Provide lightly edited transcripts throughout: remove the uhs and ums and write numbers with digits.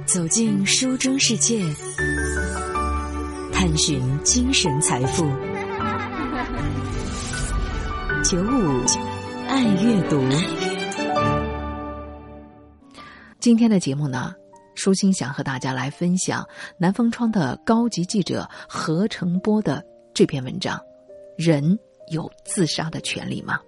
走进书中世界，探寻精神财富。95爱阅读。 今天的节目呢，舒心想和大家来分享南风窗的高级记者何成波的这篇文章：人有自杀的权利吗？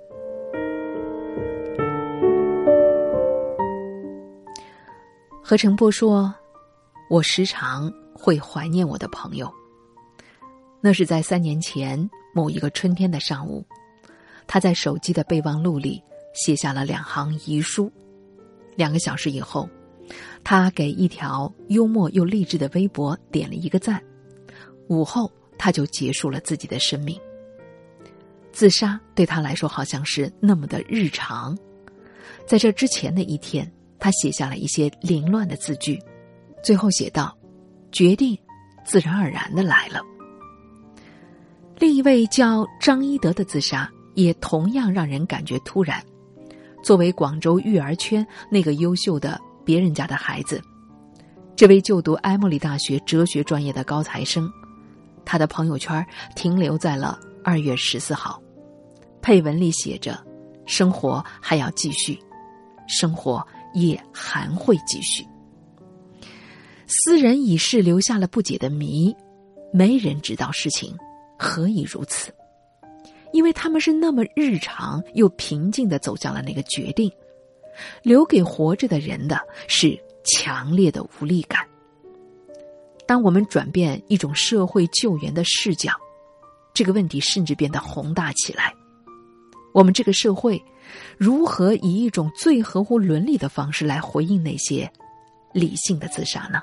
何成波说，我时常会怀念我的朋友。那是在3年前某一个春天的上午，他在手机的备忘录里写下了2行遗书。2个小时以后，他给一条幽默又励志的微博点了1个赞。午后，他就结束了自己的生命。自杀对他来说好像是那么的日常。在这之前的一天，他写下了一些凌乱的字句，最后写道：决定自然而然地来了。另一位叫张一德的自杀也同样让人感觉突然。作为广州育儿圈那个优秀的别人家的孩子，这位就读埃默里大学哲学专业的高材生，他的朋友圈停留在了2月14号，配文里写着：生活还要继续，生活也还会继续。斯人已是留下了不解的谜，没人知道事情何以如此，因为他们是那么日常又平静地走向了那个决定，留给活着的人的是强烈的无力感。当我们转变一种社会救援的视角，这个问题甚至变得宏大起来。我们这个社会如何以一种最合乎伦理的方式来回应那些理性的自杀呢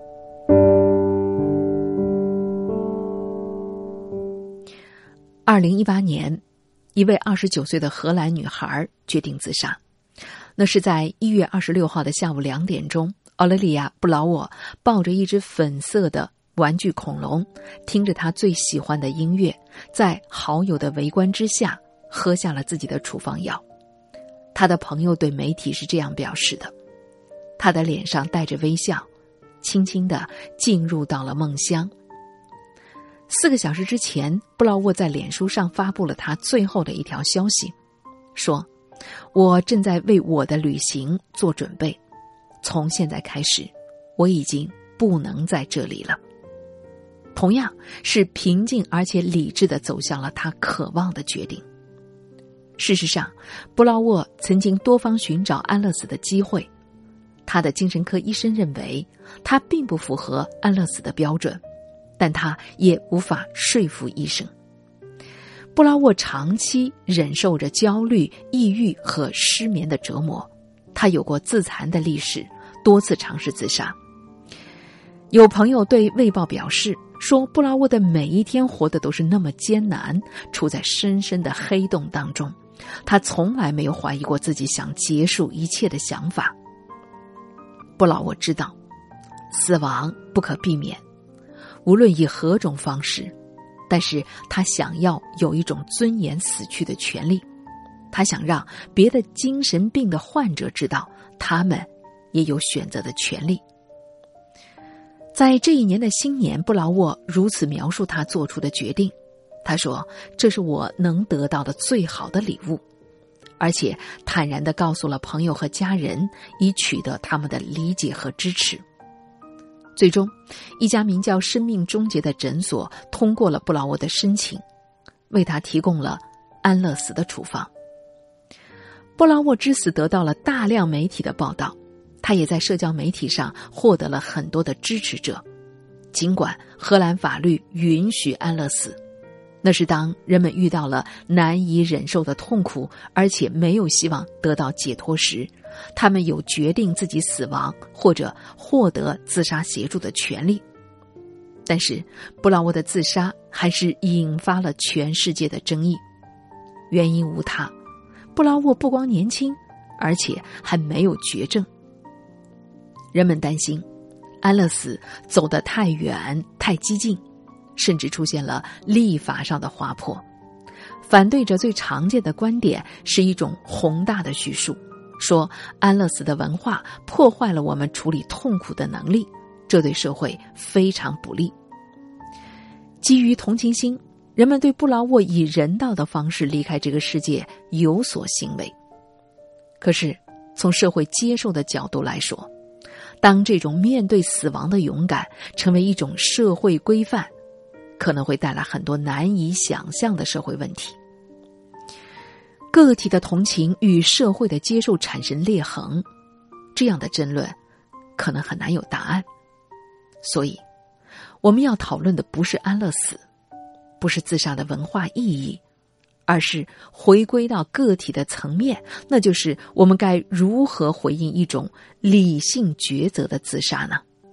？2018年，一位29岁的荷兰女孩决定自杀。那是在1月26号的下午2点钟，奥雷利亚·布劳沃抱着一只粉色的玩具恐龙，听着他最喜欢的音乐，在好友的围观之下喝下了自己的处方药。他的朋友对媒体是这样表示的：他的脸上带着微笑，轻轻地进入到了梦乡。4个小时之前，布劳沃在脸书上发布了他最后的一条消息，说：我正在为我的旅行做准备，从现在开始，我已经不能在这里了。同样是平静而且理智地走向了他渴望的决定。事实上，布劳沃曾经多方寻找安乐死的机会，他的精神科医生认为他并不符合安乐死的标准，但他也无法说服医生。布劳沃长期忍受着焦虑、抑郁和失眠的折磨，他有过自残的历史，多次尝试自杀。有朋友对《卫报》表示说，布劳沃的每一天活得都是那么艰难，处在深深的黑洞当中，他从来没有怀疑过自己想结束一切的想法。布劳沃知道，死亡不可避免，无论以何种方式，但是他想要有一种尊严死去的权利。他想让别的精神病的患者知道，他们也有选择的权利。在这一年的新年，布劳沃如此描述他做出的决定。他说，这是我能得到的最好的礼物，而且坦然地告诉了朋友和家人，以取得他们的理解和支持。最终，一家名叫生命终结的诊所通过了布劳沃的申请，为他提供了安乐死的处方。布劳沃之死得到了大量媒体的报道，他也在社交媒体上获得了很多的支持者。尽管荷兰法律允许安乐死，那是当人们遇到了难以忍受的痛苦，而且没有希望得到解脱时，他们有决定自己死亡或者获得自杀协助的权利。但是布劳沃的自杀还是引发了全世界的争议。原因无他，布劳沃不光年轻，而且还没有绝症。人们担心安乐死走得太远太激进，甚至出现了立法上的滑坡。反对者最常见的观点是一种宏大的叙述， 说安乐死的文化破坏了我们处理痛苦的能力，这对社会非常不利。基于同情心，人们对布劳沃以人道的方式离开这个世界有所欣慰。可是从社会接受的角度来说，当这种面对死亡的勇敢成为一种社会规范，可能会带来很多难以想象的社会问题。个体的同情与社会的接受产生裂痕，这样的争论可能很难有答案。所以我们要讨论的不是安乐死，不是自杀的文化意义，而是回归到个体的层面，那就是我们该如何回应一种理性抉择的自杀呢？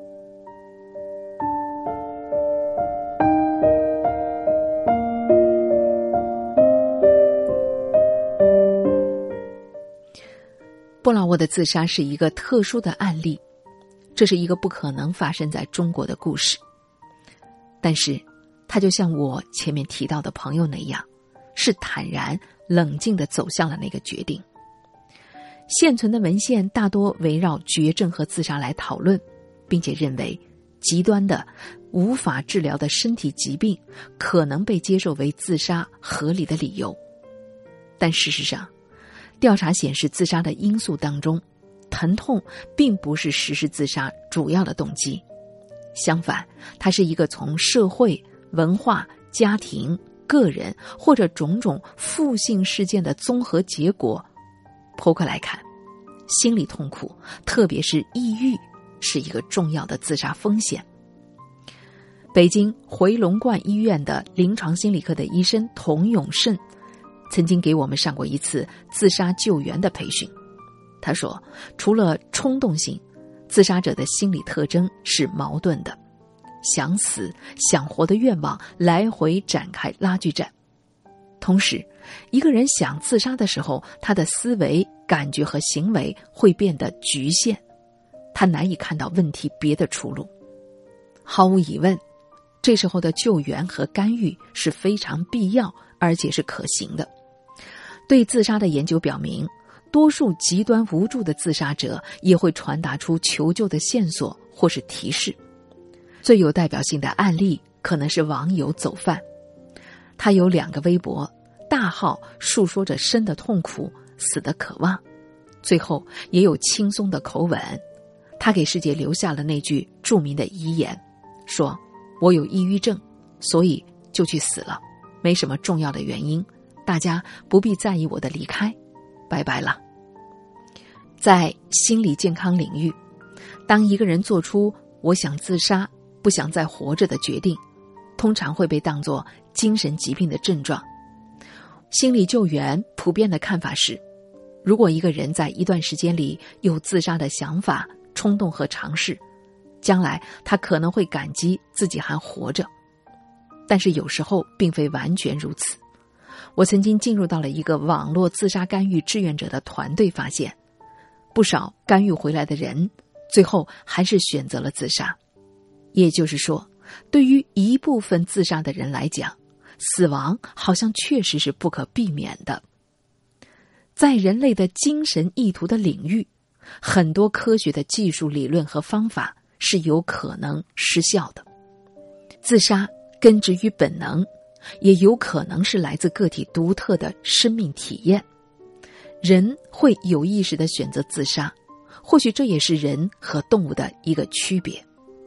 布劳沃的自杀是一个特殊的案例，这是一个不可能发生在中国的故事。但是他就像我前面提到的朋友那样，是坦然冷静地走向了那个决定。现存的文献大多围绕绝症和自杀来讨论，并且认为极端的无法治疗的身体疾病可能被接受为自杀合理的理由。但事实上，调查显示，自杀的因素当中，疼痛并不是实施自杀主要的动机，相反，它是一个从社会、文化、家庭、个人或者种种负性事件的综合结果。剖开来看，心理痛苦，特别是抑郁，是一个重要的自杀风险。北京回龙观医院的临床心理科的医生童永胜曾经给我们上过一次自杀救援的培训。他说，除了冲动性，自杀者的心理特征是矛盾的，想死想活的愿望来回展开拉锯战。同时，一个人想自杀的时候，他的思维、感觉和行为会变得局限，他难以看到问题别的出路。毫无疑问，这时候的救援和干预是非常必要，而且是可行的。对自杀的研究表明，多数极端无助的自杀者也会传达出求救的线索或是提示。最有代表性的案例可能是网友走饭，他有2个微博，大号述说着生的痛苦、死的渴望，最后也有轻松的口吻。他给世界留下了那句著名的遗言，说：我有抑郁症，所以就去死了，没什么重要的原因，大家不必在意我的离开，拜拜了。在心理健康领域，当一个人做出我想自杀，不想再活着的决定，通常会被当作精神疾病的症状。心理救援普遍的看法是，如果一个人在一段时间里有自杀的想法、冲动和尝试，将来他可能会感激自己还活着。但是有时候并非完全如此。我曾经进入到了一个网络自杀干预志愿者的团队，发现不少干预回来的人最后还是选择了自杀。也就是说，对于一部分自杀的人来讲，死亡好像确实是不可避免的。在人类的精神意图的领域，很多科学的技术理论和方法是有可能失效的。自杀根植于本能，也有可能是来自个体独特的生命体验。人会有意识地选择自杀，或许这也是人和动物的一个区别。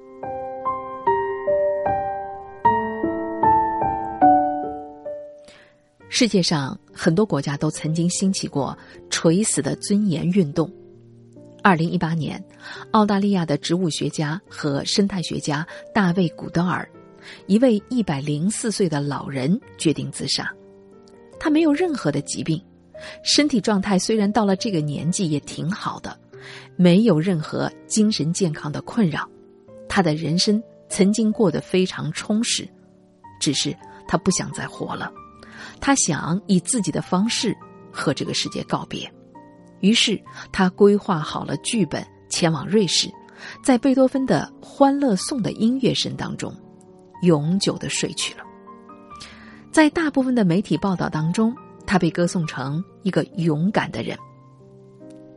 世界上很多国家都曾经兴起过垂死的尊严运动。2018年，澳大利亚的植物学家和生态学家大卫·古德尔，一位104岁的老人决定自杀。他没有任何的疾病，身体状态虽然到了这个年纪也挺好的，没有任何精神健康的困扰。他的人生曾经过得非常充实，只是他不想再活了。他想以自己的方式和这个世界告别。于是他规划好了剧本，前往瑞士，在贝多芬的《欢乐颂》的音乐声当中永久地睡去了。在大部分的媒体报道当中，他被歌颂成一个勇敢的人。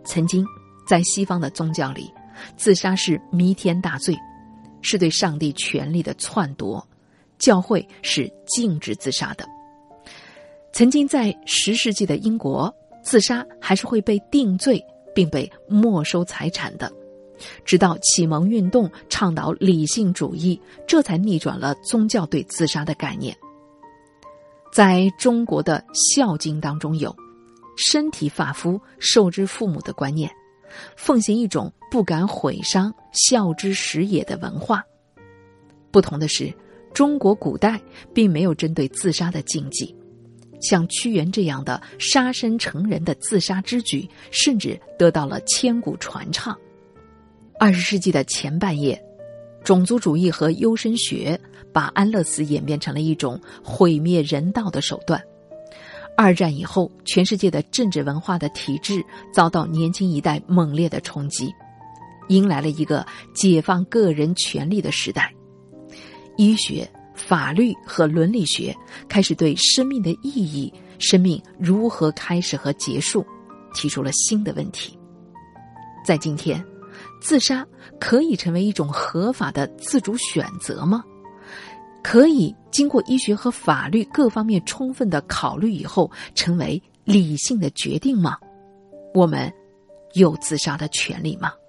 曾经在西方的宗教里，自杀是弥天大罪，是对上帝权力的篡夺，教会是禁止自杀的。曾经在10世纪的英国，自杀还是会被定罪并被没收财产的。直到启蒙运动倡导理性主义，这才逆转了宗教对自杀的概念。在中国的孝经当中有身体发肤受之父母的观念，奉行一种不敢毁伤孝之始也的文化。不同的是，中国古代并没有针对自杀的禁忌，像屈原这样的杀身成仁的自杀之举，甚至得到了千古传唱。20世纪的前半叶，种族主义和优生学把安乐死演变成了一种毁灭人道的手段。2战以后，全世界的政治文化的体制遭到年轻一代猛烈的冲击，迎来了一个解放个人权利的时代。医学、法律和伦理学开始对生命的意义、生命如何开始和结束提出了新的问题。在今天，自杀可以成为一种合法的自主选择吗？可以经过医学和法律各方面充分的考虑以后，成为理性的决定吗？我们有自杀的权利吗？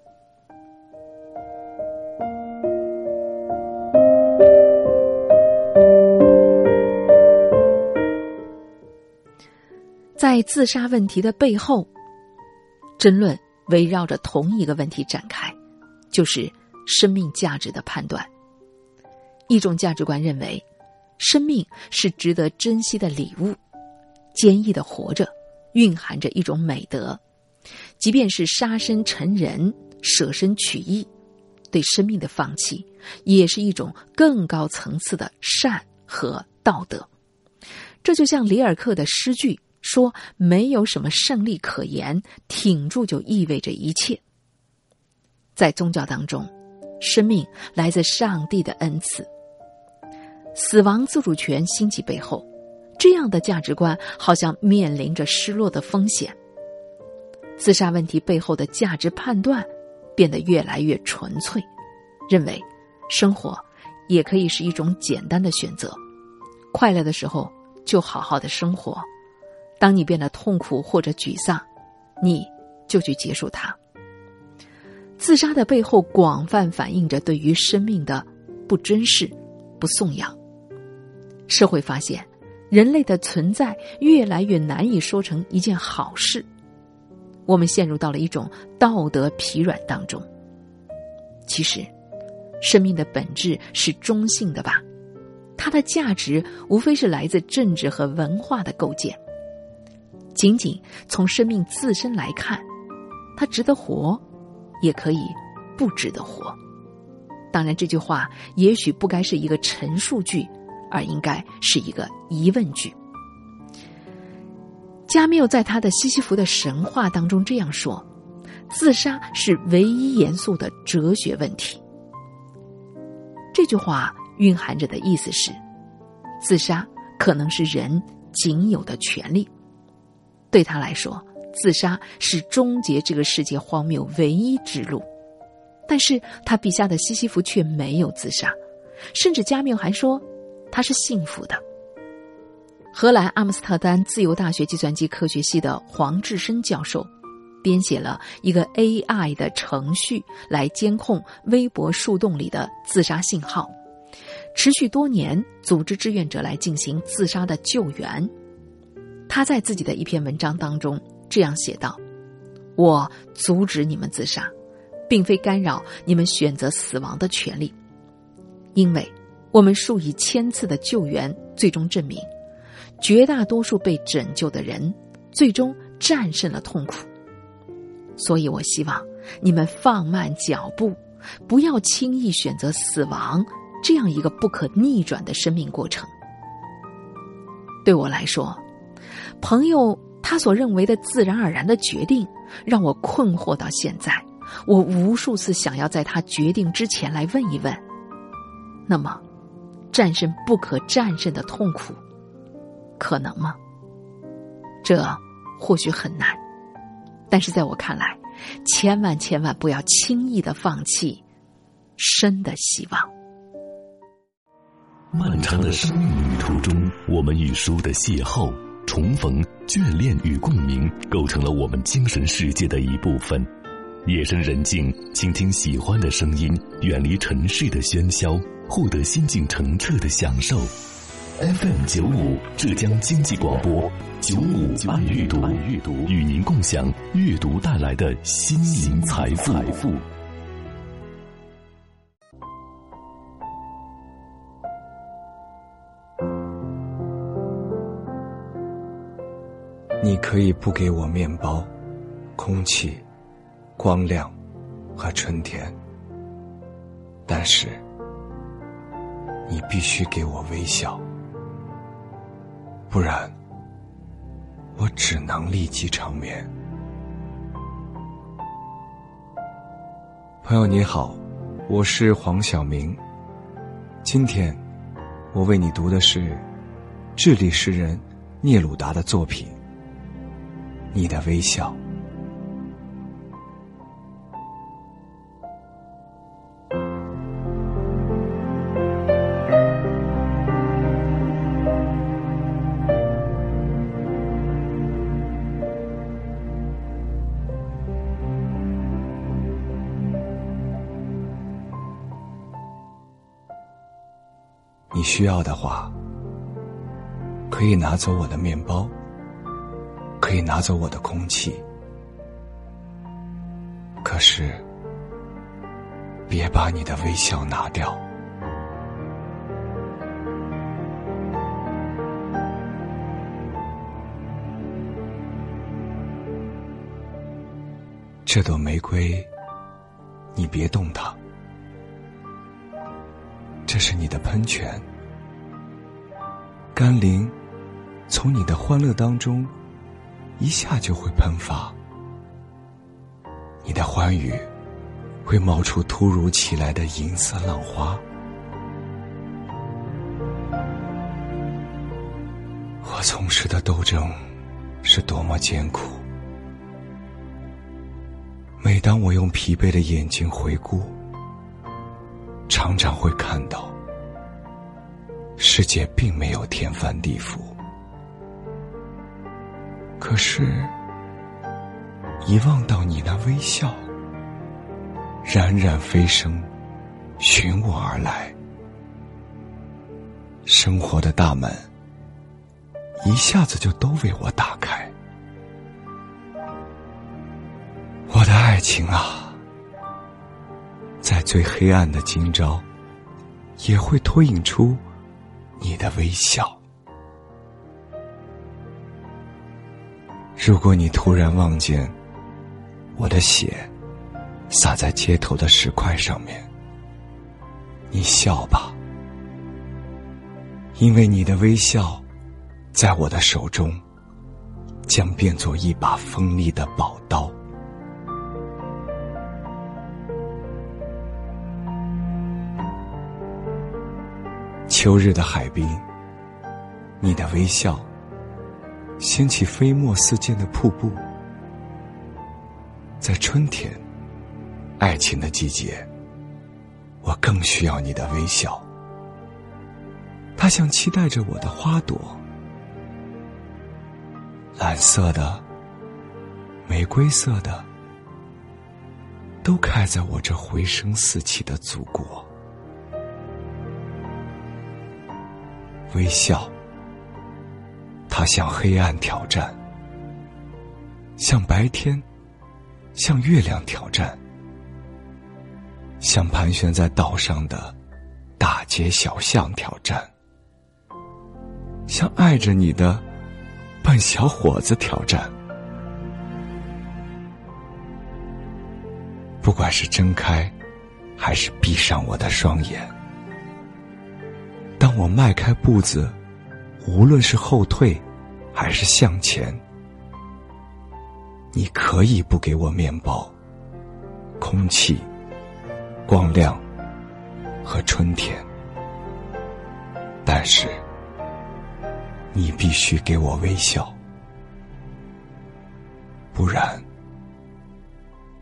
在自杀问题的背后，争论围绕着同一个问题展开，就是生命价值的判断。一种价值观认为，生命是值得珍惜的礼物，坚毅地活着蕴含着一种美德，即便是杀身成仁、舍身取义，对生命的放弃也是一种更高层次的善和道德。这就像里尔克的诗句说，没有什么胜利可言，挺住就意味着一切。在宗教当中，生命来自上帝的恩赐。死亡自主权兴起背后，这样的价值观好像面临着失落的风险。自杀问题背后的价值判断变得越来越纯粹，认为生活也可以是一种简单的选择，快乐的时候就好好的生活，当你变得痛苦或者沮丧，你就去结束它。自杀的背后广泛反映着对于生命的不珍视、不颂扬。社会发现，人类的存在越来越难以说成一件好事，我们陷入到了一种道德疲软当中。其实，生命的本质是中性的吧？它的价值无非是来自政治和文化的构建。仅仅从生命自身来看，它值得活，也可以不值得活。当然，这句话也许不该是一个陈述句，而应该是一个疑问句。加缪在他的西西弗的神话当中这样说，自杀是唯一严肃的哲学问题。这句话蕴含着的意思是，自杀可能是人仅有的权利。对他来说，自杀是终结这个世界荒谬唯一之路。但是他笔下的西西弗却没有自杀，甚至加缪还说他是幸福的。荷兰阿姆斯特丹自由大学计算机科学系的黄志深教授编写了一个 AI 的程序来监控微博树洞里的自杀信号，持续多年组织志愿者来进行自杀的救援。他在自己的一篇文章当中这样写道，我阻止你们自杀，并非干扰你们选择死亡的权利，因为我们数以千次的救援最终证明，绝大多数被拯救的人最终战胜了痛苦。所以我希望你们放慢脚步，不要轻易选择死亡这样一个不可逆转的生命过程。对我来说，朋友他所认为的自然而然的决定让我困惑到现在。我无数次想要在他决定之前来问一问，那么战胜不可战胜的痛苦可能吗？这或许很难，但是在我看来， 千万千万不要轻易的放弃生的希望。 漫长的生命旅途中，我们与书的邂逅、重逢、眷恋与共鸣，构成了我们精神世界的一部分。夜深人静，倾听喜欢的声音，远离尘世的喧嚣，获得心境澄澈的享受。FM95 浙江经济广播95爱阅读，与您共享阅读带来的心灵财富。 你可以不给我面包、空气、光亮和春天，但是你必须给我微笑，不然我只能立即长眠。朋友你好，我是黄晓明。今天我为你读的是智利诗人聂鲁达的作品《你的微笑》。你需要的话，可以拿走我的面包，可以拿走我的空气，可是别把你的微笑拿掉。这朵玫瑰，你别动它，这是你的喷泉，甘霖从你的欢乐当中一下就会喷发，你的欢愉会冒出突如其来的银色浪花。我从事的斗争是多么艰苦，每当我用疲惫的眼睛回顾，常常会看到世界并没有天翻地覆，可是一望到你那微笑，冉冉飞升，寻我而来，生活的大门一下子就都为我打开。我的爱情啊，在最黑暗的今朝，也会脱颖出你的微笑。如果你突然望见我的血洒在街头的石块上面，你笑吧，因为你的微笑在我的手中将变作一把锋利的宝刀。秋日的海滨，你的微笑掀起飞沫四溅的瀑布。在春天，爱情的季节，我更需要你的微笑，它像期待着我的花朵，蓝色的、玫瑰色的，都开在我这回声四起的祖国。微笑，它向黑暗挑战，向白天，向月亮挑战，向盘旋在岛上的大街小巷挑战，向爱着你的笨小伙子挑战。不管是睁开还是闭上我的双眼，当我迈开步子，无论是后退还是向前，你可以不给我面包、空气、光亮和春天，但是你必须给我微笑，不然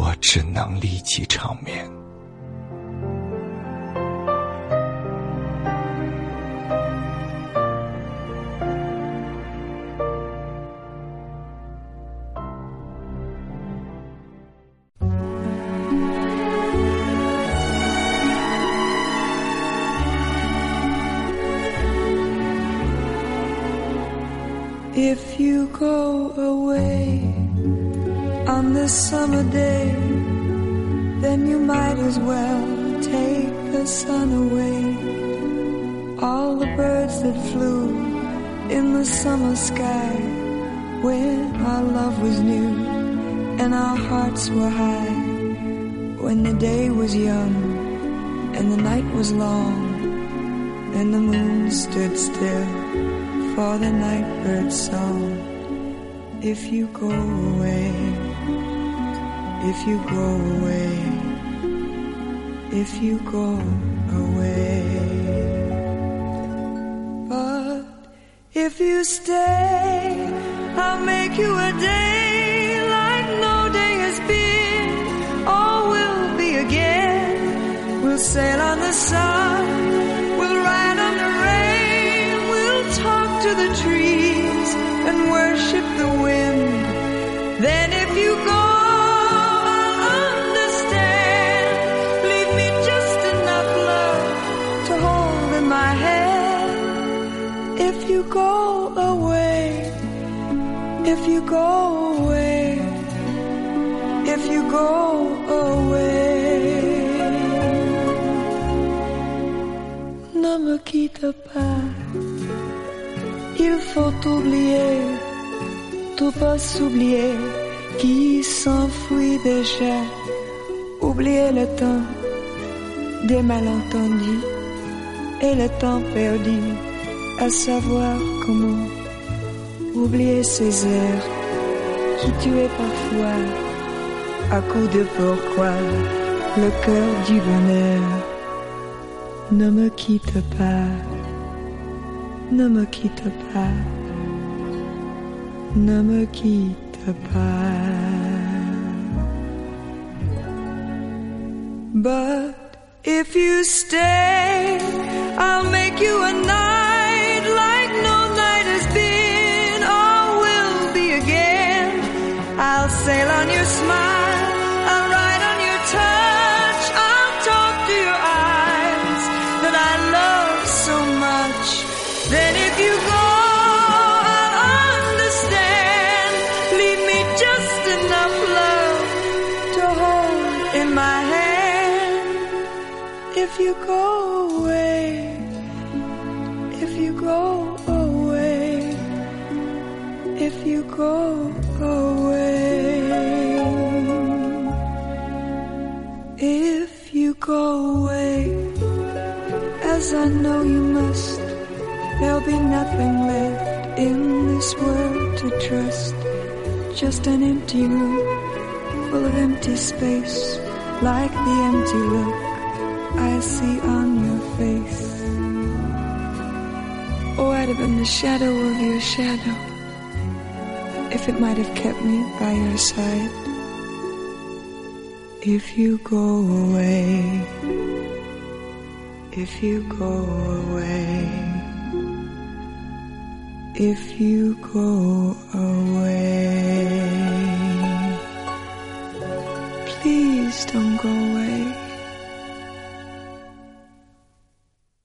我只能立即长眠。 If you go away on this summer day, then you might as well take the sun away. All the birds that flew in the summer sky when our love was new and our hearts were high, when the day was young and the night was long and the moon stood still for the night bird's song. If you go away, if you go away, if you go away. But if you stay, I'll make you a day like no day has been or will be again. We'll sail on the sun, we'll ride on the rain, we'll talk to the trees and worship the wind. Then if you go, I'll understand. Leave me just enough love to hold in my hand. If you go away, if you go away, if you go away. Ne me quitte pas, il faut oublier, tout pas s'oublier qui s'enfuit déjà. Oublier le temps des malentendus et le temps perdu, à savoir comment. Oublier ces heures qui tuaient parfois à coup de pourquoi le cœur du bonheur. Ne me quitte pas, ne me quitte pas, ne me quitte pas. But if you stay, I'll make you a night like no night has been or will be again. I'll sail on your smile, I'll ride on your touch, I'll talk to your eyes that I love so much. Then if you go, I'll understand. Leave me just enough love to hold in my hand. If you go away, if you go away, if you go away, if you go away, as I know you must, there'll be nothing left in this world to trust. Just an empty room full of empty space, like the empty look I see on your face. Oh, I'd have been the shadow of your shadow if it might have kept me by your side. If you go away, if you go away, if you go away, please don't go away.